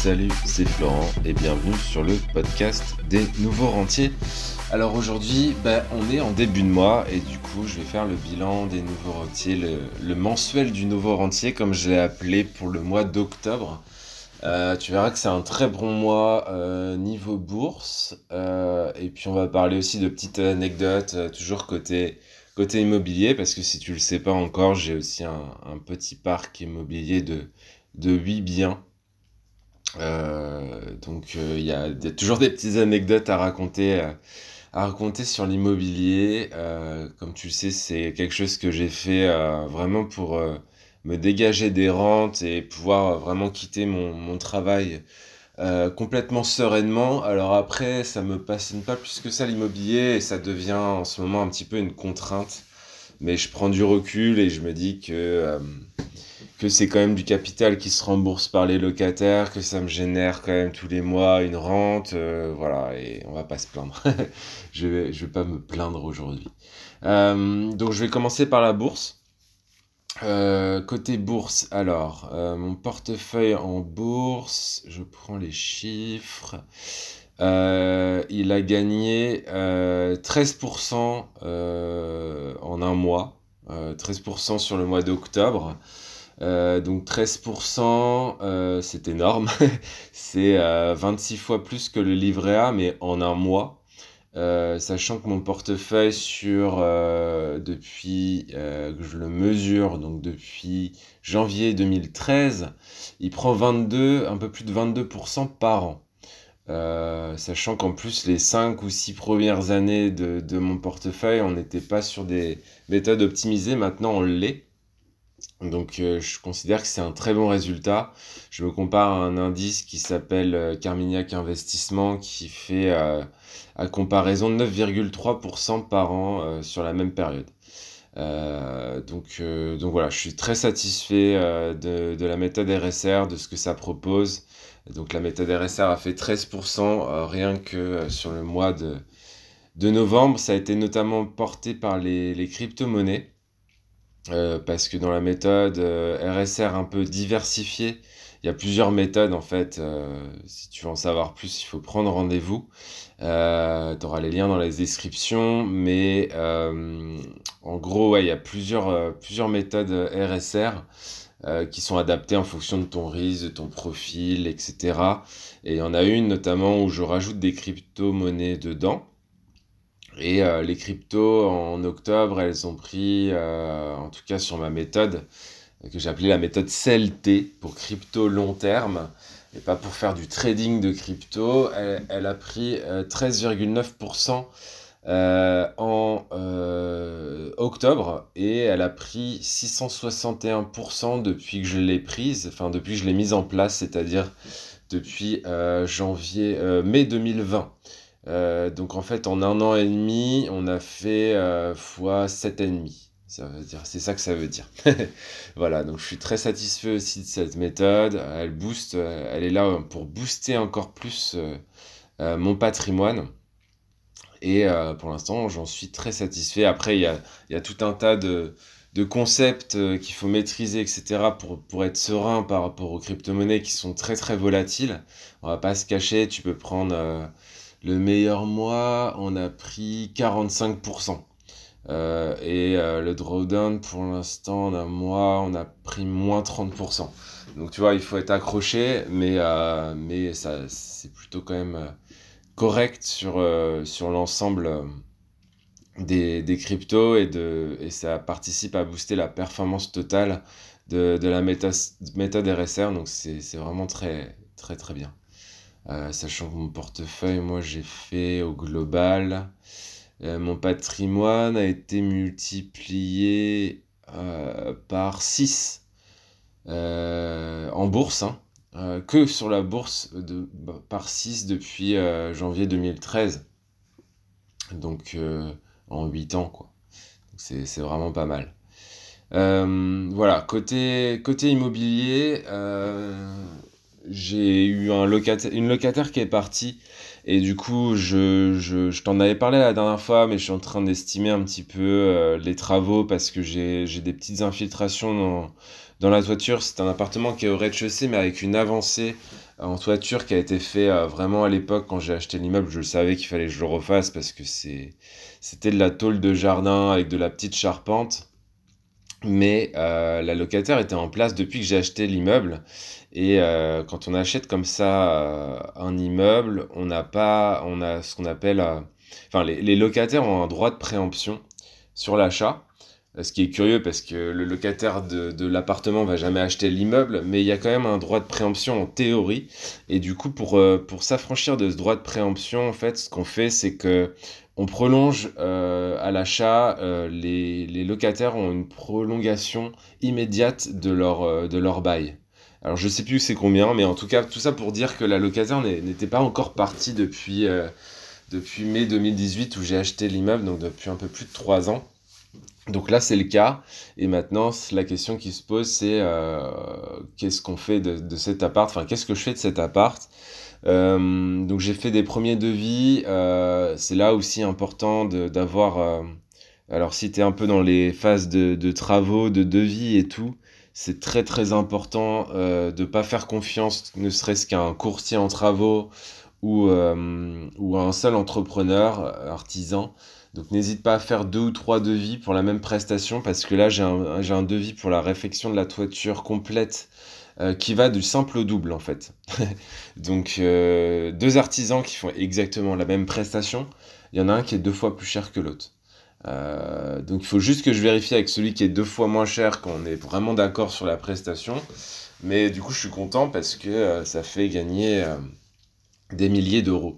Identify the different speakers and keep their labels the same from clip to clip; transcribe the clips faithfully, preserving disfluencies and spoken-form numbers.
Speaker 1: Salut, c'est Florent et bienvenue sur le podcast des nouveaux rentiers. Alors aujourd'hui, bah, on est en début de mois et du coup je vais faire le bilan des nouveaux rentiers, le, le mensuel du nouveau rentier comme je l'ai appelé pour le mois d'octobre. Euh, tu verras que c'est un très bon mois euh, niveau bourse euh, et puis on va parler aussi de petites anecdotes euh, toujours côté, côté immobilier parce que si tu le sais pas encore, j'ai aussi un, un petit parc immobilier de, de huit biens. Euh, donc il euh, y, a, y a toujours des petites anecdotes à raconter, euh, à raconter sur l'immobilier. Euh, comme tu le sais, c'est quelque chose que j'ai fait euh, vraiment pour euh, me dégager des rentes et pouvoir euh, vraiment quitter mon, mon travail euh, complètement sereinement. Alors après, ça me passionne pas plus que ça l'immobilier et ça devient en ce moment un petit peu une contrainte. Mais je prends du recul et je me dis que... Euh, que c'est quand même du capital qui se rembourse par les locataires, que ça me génère quand même tous les mois une rente, euh, voilà, et on va pas se plaindre. je vais, je vais pas me plaindre aujourd'hui. Euh, donc je vais commencer par la bourse. Euh, côté bourse, alors, euh, mon portefeuille en bourse, je prends les chiffres. Euh, il a gagné euh, treize pour cent euh, en un mois, euh, treize pour cent sur le mois d'octobre. Euh, donc treize pour cent, euh, c'est énorme. c'est euh, vingt-six fois plus que le livret A, mais en un mois. Euh, sachant que mon portefeuille sur euh, depuis euh, que je le mesure, donc depuis janvier deux mille treize, il prend vingt-deux, un peu plus de vingt-deux pour cent par an. Euh, sachant qu'en plus les cinq ou six premières années de, de mon portefeuille, on n'était pas sur des méthodes optimisées, maintenant on l'est. Donc euh, je considère que c'est un très bon résultat. Je me compare à un indice qui s'appelle euh, Carmignac Investissement qui fait euh, à comparaison neuf virgule trois pour cent par an euh, sur la même période. Euh, donc, euh, donc voilà, je suis très satisfait euh, de, de la méthode R S R, de ce que ça propose. Donc la méthode R S R a fait treize pour cent euh, rien que euh, sur le mois de, de novembre. Ça a été notamment porté par les, les crypto-monnaies. Euh, parce que dans la méthode euh, R S R un peu diversifiée, il y a plusieurs méthodes en fait. Euh, si tu veux en savoir plus, il faut prendre rendez-vous. Euh, tu auras les liens dans les descriptions, mais euh, en gros, ouais, il y a plusieurs, euh, plusieurs méthodes R S R euh, qui sont adaptées en fonction de ton risque, de ton profil, et cetera. Et il y en a une notamment où je rajoute des crypto-monnaies dedans. Et euh, les cryptos, en octobre, elles ont pris, euh, en tout cas sur ma méthode, que j'ai appelée la méthode C L T, pour crypto long terme, et pas pour faire du trading de crypto, elle, elle a pris euh, treize virgule neuf pour cent euh, en euh, octobre, et elle a pris six cent soixante et un pour cent depuis que je l'ai prise, enfin depuis que je l'ai mise en place, c'est-à-dire depuis euh, janvier, euh, mai deux mille vingt. Euh, donc en fait, en un an et demi, on a fait euh, fois sept et demi. Ça veut dire, c'est ça que ça veut dire. Voilà, donc je suis très satisfait aussi de cette méthode. Elle booste, euh, elle est là pour booster encore plus euh, euh, mon patrimoine. Et euh, pour l'instant, j'en suis très satisfait. Après, il y a, il y a tout un tas de, de concepts euh, qu'il faut maîtriser, et cetera pour, pour être serein par rapport aux crypto-monnaies qui sont très très volatiles. On va pas se cacher, tu peux prendre euh, le meilleur mois, on a pris quarante-cinq pour cent. Euh, et euh, le drawdown, pour l'instant, en un mois, on a pris moins trente pour cent. Donc tu vois, il faut être accroché, mais, euh, mais ça, c'est plutôt quand même euh, correct sur, euh, sur l'ensemble euh, des, des cryptos et, de, et ça participe à booster la performance totale de, de la méthode, méthode R S R. Donc c'est, c'est vraiment très, très, très bien. Euh, sachant que mon portefeuille, moi j'ai fait au global, euh, mon patrimoine a été multiplié euh, par six euh, en bourse, hein, euh, que sur la bourse de, bah, par six depuis euh, janvier deux mille treize. Donc euh, en huit ans, quoi. Donc, c'est, c'est vraiment pas mal. Euh, voilà, côté, côté immobilier, euh, j'ai eu un locataire, une locataire qui est partie et du coup je, je, je t'en avais parlé la dernière fois mais je suis en train d'estimer un petit peu euh, les travaux parce que j'ai, j'ai des petites infiltrations dans, dans la toiture. C'est un appartement qui est au rez-de-chaussée mais avec une avancée en toiture qui a été fait euh, vraiment à l'époque quand j'ai acheté l'immeuble. Je le savais qu'il fallait que je le refasse parce que c'est, c'était de la tôle de jardin avec de la petite charpente. Mais euh, la locataire était en place depuis que j'ai acheté l'immeuble. Et euh, quand on achète comme ça euh, un immeuble, on n'a pas, on a ce qu'on appelle, euh, enfin les, les locataires ont un droit de préemption sur l'achat. Euh, Ce qui est curieux parce que le locataire de, de l'appartement va jamais acheter l'immeuble, mais il y a quand même un droit de préemption en théorie. Et du coup, pour, euh, pour s'affranchir de ce droit de préemption, en fait, ce qu'on fait, c'est que on prolonge euh, à l'achat, euh, les, les locataires ont une prolongation immédiate de leur, euh, de leur bail. Alors je sais plus c'est combien, mais en tout cas tout ça pour dire que la locataire n'est- n'était pas encore partie depuis, euh, depuis mai deux mille dix-huit où j'ai acheté l'immeuble, donc depuis un peu plus de trois ans. Donc là c'est le cas, et maintenant la question qui se pose c'est euh, qu'est-ce qu'on fait de, de cet appart, enfin qu'est-ce que je fais de cet appart. Euh, donc j'ai fait des premiers devis. Euh, c'est là aussi important de- d'avoir. Euh, alors si tu es un peu dans les phases de, de travaux, de devis et tout, c'est très très important euh, de pas faire confiance, ne serait-ce qu'à un courtier en travaux ou, euh, ou à un seul entrepreneur, euh, artisan. Donc n'hésite pas à faire deux ou trois devis pour la même prestation parce que là j'ai un, j'ai un devis pour la réfection de la toiture complète euh, qui va du simple au double en fait. Donc euh, deux artisans qui font exactement la même prestation, il y en a un qui est deux fois plus cher que l'autre. Euh, donc il faut juste que je vérifie avec celui qui est deux fois moins cher qu'on est vraiment d'accord sur la prestation. Mais du coup je suis content parce que euh, ça fait gagner euh, des milliers d'euros.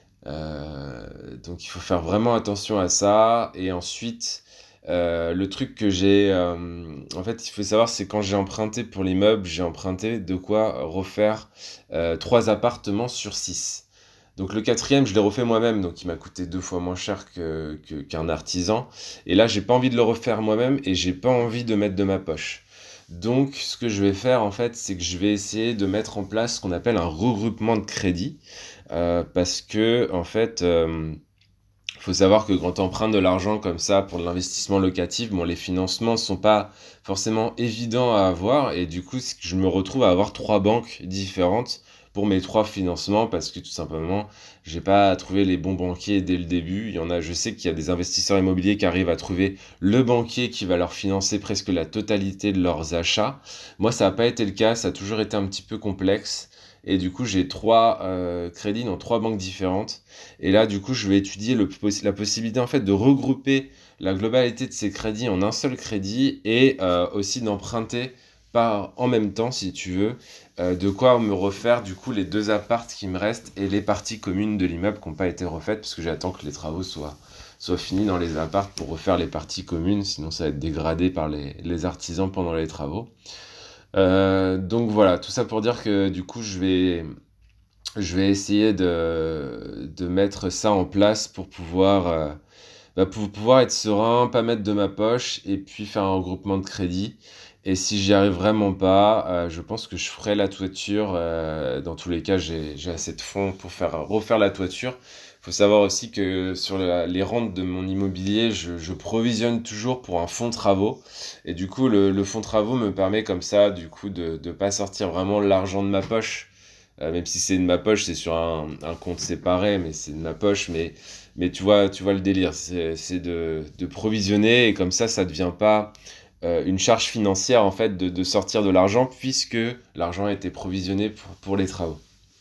Speaker 1: Euh, donc il faut faire vraiment attention à ça. Et ensuite, euh, le truc que j'ai... euh, en fait, il faut savoir, c'est quand j'ai emprunté pour l'immeuble, j'ai emprunté de quoi refaire euh, trois appartements sur six. Donc le quatrième, je l'ai refait moi-même, donc il m'a coûté deux fois moins cher que, que- qu'un artisan. Et là, j'ai pas envie de le refaire moi-même et j'ai pas envie de mettre de ma poche. Donc, ce que je vais faire, en fait, c'est que je vais essayer de mettre en place ce qu'on appelle un regroupement de crédit. Euh, parce que, en fait, euh, il faut savoir que quand tu empruntes de l'argent comme ça pour de l'investissement locatif, bon, les financements ne sont pas forcément évidents à avoir. Et du coup, c'est que je me retrouve à avoir trois banques différentes pour mes trois financements parce que tout simplement, j'ai pas trouvé les bons banquiers dès le début. Il y en a, je sais qu'il y a des investisseurs immobiliers qui arrivent à trouver le banquier qui va leur financer presque la totalité de leurs achats. Moi, ça n'a pas été le cas, ça a toujours été un petit peu complexe. Et du coup, j'ai trois euh, crédits dans trois banques différentes. Et là, du coup, je vais étudier le, la possibilité en fait de regrouper la globalité de ces crédits en un seul crédit et euh, aussi d'emprunter par en même temps, si tu veux, euh, de quoi me refaire du coup les deux apparts qui me restent et les parties communes de l'immeuble qui n'ont pas été refaites parce que j'attends que les travaux soient, soient finis dans les apparts pour refaire les parties communes, sinon ça va être dégradé par les, les artisans pendant les travaux. Euh, donc voilà, tout ça pour dire que du coup, je vais, je vais essayer de, de mettre ça en place pour pouvoir, euh, bah, pour pouvoir être serein, pas mettre de ma poche et puis faire un regroupement de crédit. Et si j'y arrive vraiment pas, euh, je pense que je ferai la toiture. Euh, dans tous les cas, j'ai, j'ai assez de fonds pour faire refaire la toiture. Il faut savoir aussi que sur la- les rentes de mon immobilier, je, je provisionne toujours pour un fonds travaux. Et du coup, le, le fonds travaux me permet comme ça, du coup, de ne pas sortir vraiment l'argent de ma poche. Euh, même si c'est de ma poche, c'est sur un, un compte séparé, mais c'est de ma poche. Mais, mais tu vois, tu vois le délire, c'est, c'est de, de provisionner et comme ça, ça ne devient pas euh, une charge financière en fait de, de sortir de l'argent puisque l'argent a été provisionné pour, pour les travaux.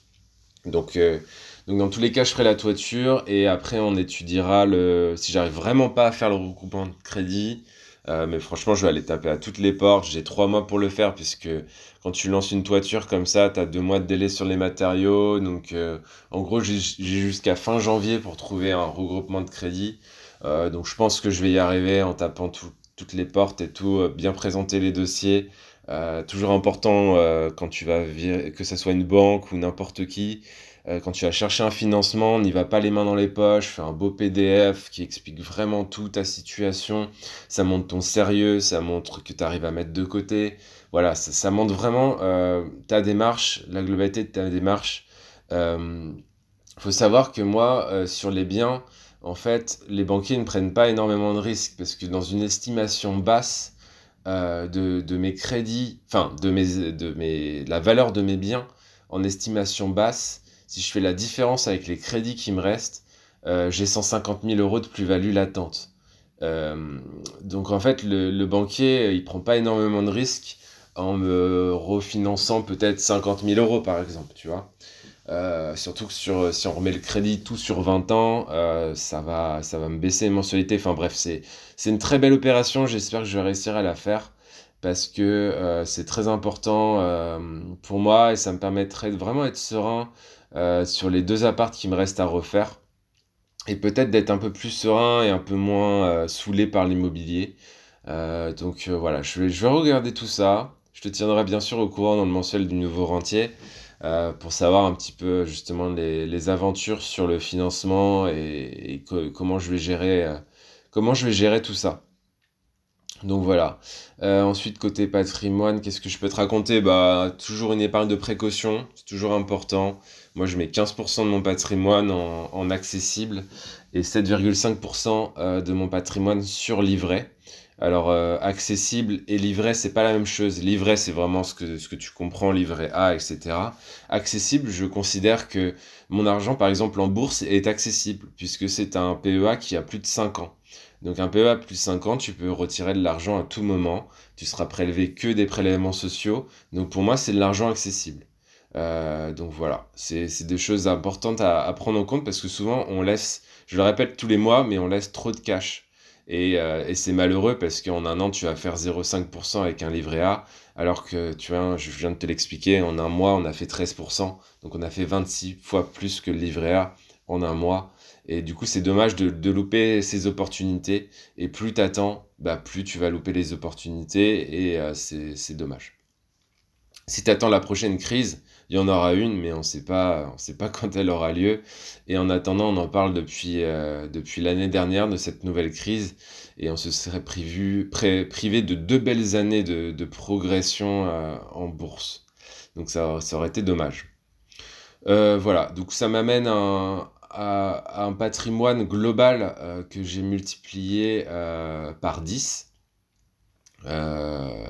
Speaker 1: Donc, euh, donc dans tous les cas, je ferai la toiture et après on étudiera le. Si j'arrive vraiment pas à faire le regroupement de crédit, euh, mais franchement, je vais aller taper à toutes les portes. J'ai trois mois pour le faire puisque quand tu lances une toiture comme ça, t'as deux mois de délai sur les matériaux. Donc, euh, en gros, j'ai j'ai jusqu'à fin janvier pour trouver un regroupement de crédit. Euh, donc, je pense que je vais y arriver en tapant tout- toutes les portes et tout, euh, bien présenter les dossiers. Euh, toujours important euh, quand tu vas virer, que ce soit une banque ou n'importe qui, euh, quand tu vas chercher un financement, n'y va pas les mains dans les poches, fais un beau P D F qui explique vraiment tout ta situation, ça montre ton sérieux, ça montre que tu arrives à mettre de côté, voilà, ça, ça montre vraiment euh, ta démarche, la globalité de ta démarche. Euh, faut savoir que moi, euh, sur les biens, en fait, les banquiers ne prennent pas énormément de risques parce que dans une estimation basse euh, de, de mes crédits, enfin de mes, de mes, la valeur de mes biens, en estimation basse, si je fais la différence avec les crédits qui me restent, euh, j'ai cent cinquante mille euros de plus-value latente. Euh, donc en fait, le, le banquier, il prend pas énormément de risques en me refinançant peut-être cinquante mille euros par exemple, tu vois. Euh, surtout que sur, si on remet le crédit tout sur vingt ans, euh, ça va, ça va me baisser les mensualités. Enfin bref, c'est, c'est une très belle opération. J'espère que je vais réussir à la faire parce que euh, c'est très important euh, pour moi et ça me permettrait de vraiment être serein euh, sur les deux apparts qui me restent à refaire et peut-être d'être un peu plus serein et un peu moins euh, saoulé par l'immobilier. Euh, donc euh, voilà, je vais, je vais regarder tout ça. Je te tiendrai bien sûr au courant dans le mensuel du nouveau rentier euh, pour savoir un petit peu justement les, les aventures sur le financement et, et co- comment je vais gérer, euh, comment je vais gérer tout ça. Donc voilà. Euh, ensuite, côté patrimoine, qu'est-ce que je peux te raconter? Bah, toujours une épargne de précaution, c'est toujours important. Moi, je mets quinze pour cent de mon patrimoine en, en accessible et sept virgule cinq pour cent euh, de mon patrimoine sur livret. Alors, euh, accessible et livret, c'est pas la même chose. Livret, c'est vraiment ce que, ce que tu comprends, livret A, et cetera. Accessible, je considère que mon argent, par exemple, en bourse, est accessible puisque c'est un P E A qui a plus de cinq ans. Donc un P E A plus cinq ans, tu peux retirer de l'argent à tout moment. Tu seras prélevé que des prélèvements sociaux. Donc pour moi, c'est de l'argent accessible. Euh, donc voilà, c'est c'est des choses importantes à, à prendre en compte parce que souvent on laisse, je le répète tous les mois, mais on laisse trop de cash. Et, euh, et c'est malheureux parce qu'en un an, tu vas faire zéro virgule cinq pour cent avec un livret A, alors que tu vois, je viens de te l'expliquer, en un mois, on a fait treize pour cent. Donc on a fait vingt-six fois plus que le livret A en un mois. Et du coup, c'est dommage de, de louper ces opportunités. Et plus t'attends, bah, plus tu vas louper les opportunités. Et euh, c'est, c'est dommage. Si t'attends la prochaine crise, il y en aura une, mais on ne sait pas, on sait pas quand elle aura lieu. Et en attendant, on en parle depuis, euh, depuis l'année dernière de cette nouvelle crise. Et on se serait privu, pré- privé de deux belles années de, de progression euh, en bourse. Donc ça, ça aurait été dommage. Euh, voilà, donc ça m'amène à, un à un patrimoine global euh, que j'ai multiplié euh, par dix. Euh,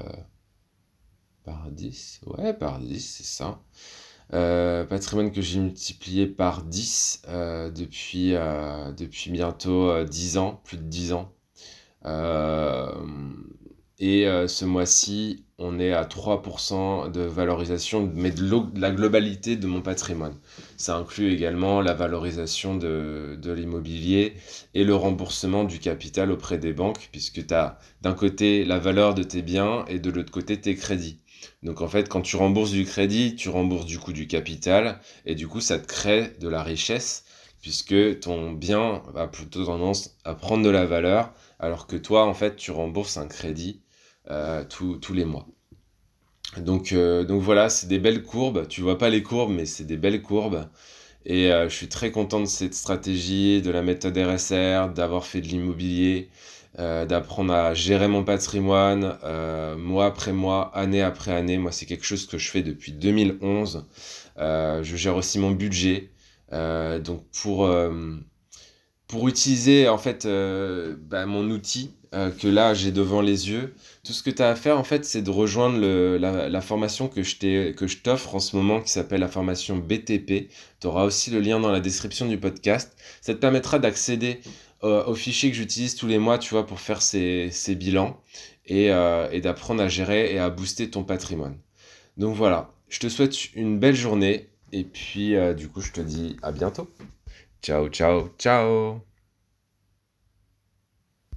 Speaker 1: par dix, ouais, par dix, c'est ça. Euh, patrimoine que j'ai multiplié par dix euh, depuis, euh, depuis bientôt euh, dix ans, plus de dix ans. Euh, et euh, ce mois-ci, on est à trois pour cent de valorisation, mais de, l'o- de la globalité de mon patrimoine. Ça inclut également la valorisation de, de l'immobilier et le remboursement du capital auprès des banques, puisque tu as d'un côté la valeur de tes biens et de l'autre côté tes crédits. Donc en fait, quand tu rembourses du crédit, tu rembourses du coup du capital, et du coup, ça te crée de la richesse, puisque ton bien a plutôt tendance à prendre de la valeur alors que toi, en fait, tu rembourses un crédit euh, tous tous les mois. Donc, euh, donc voilà, c'est des belles courbes. Tu vois pas les courbes, mais c'est des belles courbes. Et euh, je suis très content de cette stratégie, de la méthode R S R, d'avoir fait de l'immobilier, euh, d'apprendre à gérer mon patrimoine, euh, mois après mois, année après année. Moi, c'est quelque chose que je fais depuis deux mille onze. Euh, je gère aussi mon budget. Euh, donc pour, euh, pour utiliser en fait euh, bah, mon outil euh, que là j'ai devant les yeux, tout ce que tu as à faire en fait c'est de rejoindre le, la, la formation que je t'ai, que je t'offre en ce moment qui s'appelle la formation B T P. Tu auras aussi le lien dans la description du podcast. Ça te permettra d'accéder euh, aux fichiers que j'utilise tous les mois, tu vois, pour faire ces, ces bilans et, euh, et d'apprendre à gérer et à booster ton patrimoine. Donc voilà, je te souhaite une belle journée et puis euh, du coup je te dis à bientôt. Ciao, ciao, ciao.